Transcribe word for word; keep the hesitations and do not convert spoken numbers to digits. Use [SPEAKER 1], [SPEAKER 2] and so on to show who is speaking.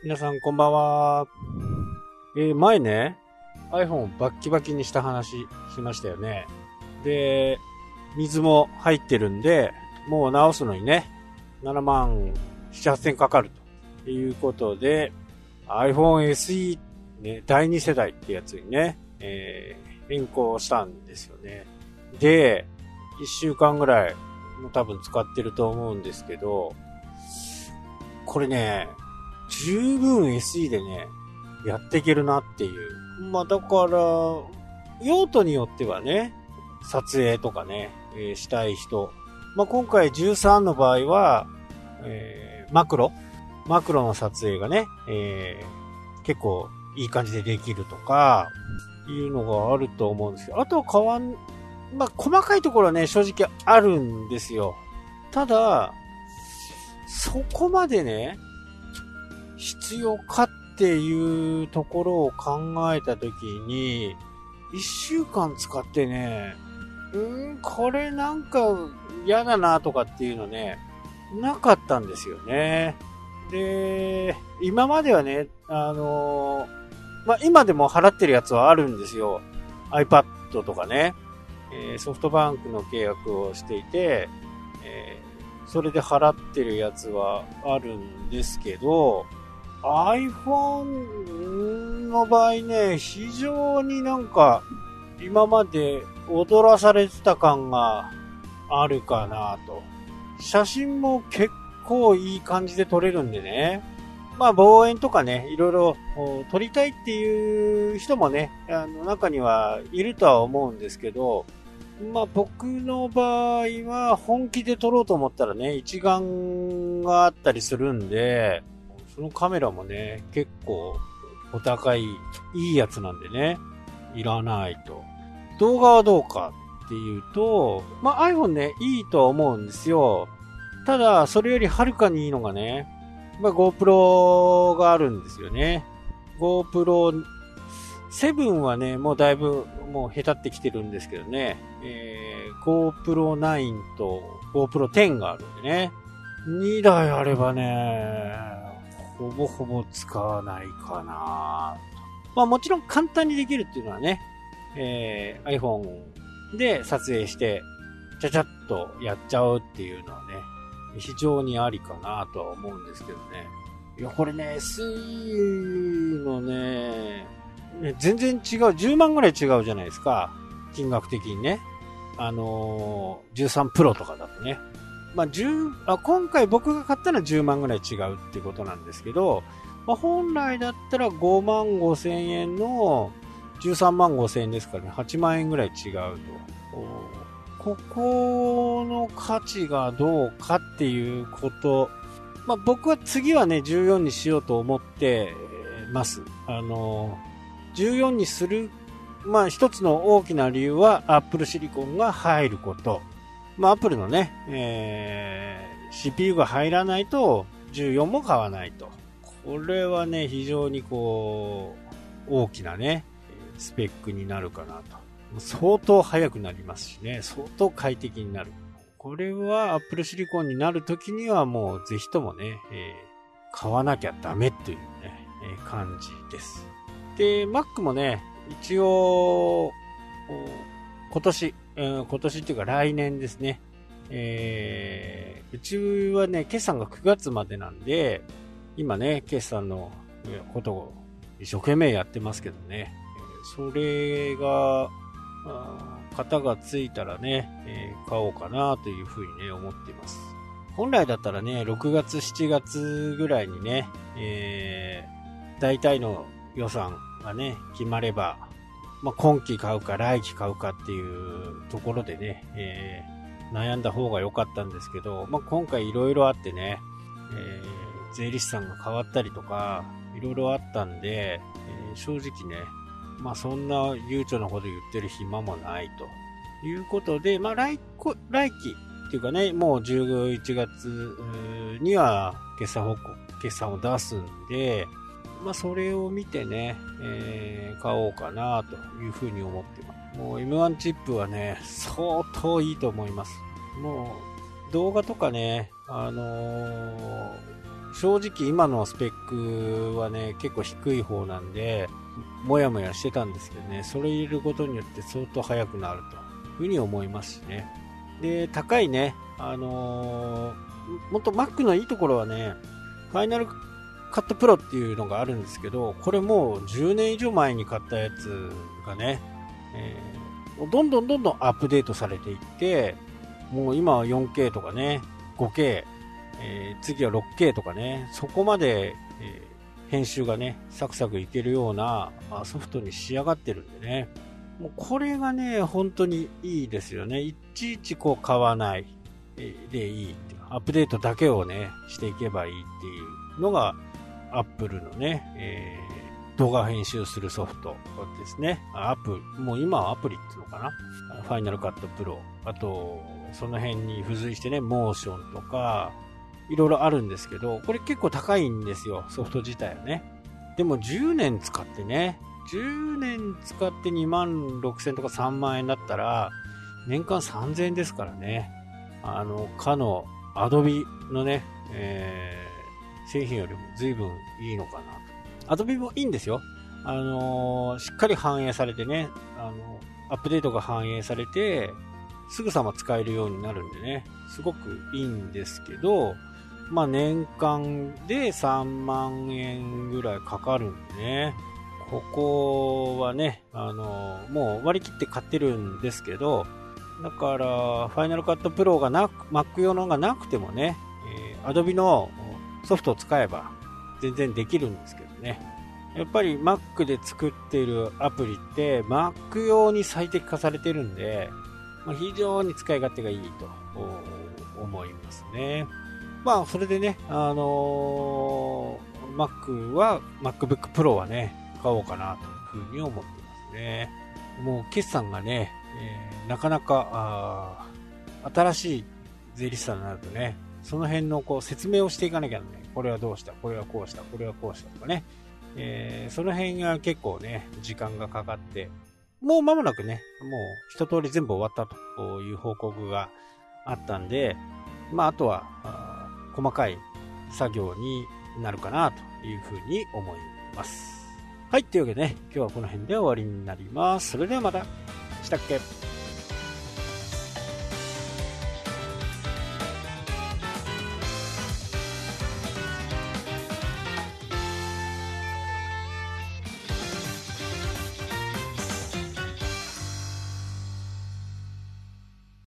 [SPEAKER 1] 皆さんこんばんは。えー、前ね、iPhone をバッキバキにした話しましたよね。で、水も入ってるんで、もう直すのにね、ななまんなな、はっせんかかるということで、iPhone エスイー、ね、だいに世代ってやつにね、えー、変更したんですよね。で、いっしゅうかんぐらいも多分使ってると思うんですけど、これね、十分 エスイー でね、やっていけるなっていう。まあだから、用途によってはね、撮影とかね、えー、したい人。まあ今回じゅうさんの場合は、えー、マクロマクロの撮影がね、えー、結構いい感じでできるとか、いうのがあると思うんですけど、あとは変わん、まあ細かいところはね、正直あるんですよ。ただ、そこまでね、必要かっていうところを考えたときに、一週間使ってね、うーん、これなんか嫌だなとかっていうのね、なかったんですよね。で、今まではね、あのー、まあ、今でも払ってるやつはあるんですよ。iPad とかね、えー、ソフトバンクの契約をしていて、えー、それで払ってるやつはあるんですけど、iPhone の場合ね、非常になんか今まで踊らされてた感があるかなと。写真も結構いい感じで撮れるんでね。まあ望遠とかね、いろいろ撮りたいっていう人もね、あの中にはいるとは思うんですけど、まあ僕の場合は本気で撮ろうと思ったらね、一眼があったりするんで、そのカメラもね、結構お高い、いいやつなんでね、いらないと。動画はどうかっていうと、まあ iPhone ね、いいとは思うんですよ。ただ、それよりはるかにいいのがね、まあ GoPro があるんですよね。GoPro セブンはね、もうだいぶもうへたってきてるんですけどね、えー、GoPro ナインと GoPro テンがあるんでね、にだいあればね、ほぼほぼ使わないかな。まあもちろん簡単にできるっていうのはね、えー、iPhone で撮影して、ちゃちゃっとやっちゃうっていうのはね、非常にありかなとは思うんですけどね。いや、これね、エスイー のね、全然違う、じゅうまんぐらい違うじゃないですか。金額的にね。あのー、じゅうさんプロとかだとね。まあ、じゅうあ今回僕が買ったのはじゅうまんぐらい違うってことなんですけど、まあ、本来だったらごまんごせんえんのじゅうさんまんごせんえんですからね、はちまんえんぐらい違うと。ここの価値がどうかっていうこと、まあ、僕は次はね、じゅうよんにしようと思ってます。あの、じゅうよんにする、まあ一つの大きな理由は Apple シリコンが入ること。まあ、アップルのね、えー、シーピーユー が入らないとじゅうよんも買わないと。これはね、非常にこう、大きなね、スペックになるかなと。相当速くなりますしね、相当快適になる。これは Apple シリコンになるときにはもうぜひともね、えー、買わなきゃダメというね、えー、感じです。で、Mac もね、一応、今年、えー、今年っていうか来年ですね。えー、うちはね、決算がくがつまでなんで、今ね、決算のことを一生懸命やってますけどね。それが、型がついたらね、えー、買おうかなというふうにね、思っています。本来だったらね、ろくがつ、しちがつぐらいにね、えー、大体の予算がね、決まれば、まあ、今期買うか来期買うかっていうところでね、えー、悩んだ方が良かったんですけど、まあ、今回いろいろあってね、えー、税理士さんが変わったりとか、いろいろあったんで、えー、正直ね、まあ、そんな悠長なこと言ってる暇もないということで、まあ、来、来期っていうかね、もうじゅういちがつには決算報告、決算を出すんで、まあ、それを見てね、えー、買おうかなというふうに思ってます。もう エムワン チップはね、相当いいと思います。もう動画とかね、あのー、 正直今のスペックはね、結構低い方なんで、もやもやしてたんですけどね、それ入れることによって相当速くなるというふうに思いますしね。で、高いね、あのー、もっと Mac のいいところはね、ファイナルカットプロっていうのがあるんですけど、これもうじゅうねん以上前に買ったやつがね、えー、どんどんどんどんアップデートされていって、もう今は よんケー とかね、ごケー、えー、次は ろくケー とかね、そこまで、えー、編集がね、サクサクいけるようなソフトに仕上がってるんでね、もうこれがね、本当にいいですよね。いちいちこう買わないでいいっていう、アップデートだけをね、していけばいいっていうのが、アップルのね、えー、動画編集するソフトですね。アップル、もう今はアプリっていうのかな。ファイナルカットプロ。あと、その辺に付随してね、モーションとか、いろいろあるんですけど、これ結構高いんですよ、ソフト自体はね。でもじゅうねん使ってね、じゅうねん使ってにまんろくせんとかさんまんえんだったら、年間さんぜんえんですからね。あの、かの、アドビのね、えー、製品よりも随分いいのかなと。アドビもいいんですよ。あのー、しっかり反映されてね、あの、アップデートが反映されて、すぐさま使えるようになるんでね、すごくいいんですけど、まあ年間でさんまんえんぐらいかかるんでね、ここはね、あのー、もう割り切って買ってるんですけど、だから、ファイナルカットプロがなく、Mac 用のがなくてもね、えー、Adobe のソフトを使えば全然できるんですけどね。やっぱり Mac で作っているアプリって Mac 用に最適化されてるんで、まあ、非常に使い勝手がいいと思いますね。まあ、それでね、あのー、Mac は、MacBook Pro はね、買おうかなというふうに思ってますね。もう決算がね、えー、なかなか新しい税理士さんになるとね、その辺のこう説明をしていかなきゃね、これはどうした、これはこうした、これはこうしたとかね、えー、その辺が結構ね、時間がかかって、もう間もなくね、もう一通り全部終わったという報告があったんで、まああとはあ細かい作業になるかなというふうに思います。はい、というわけでね、今日はこの辺で終わりになります。それではまた。したっけ。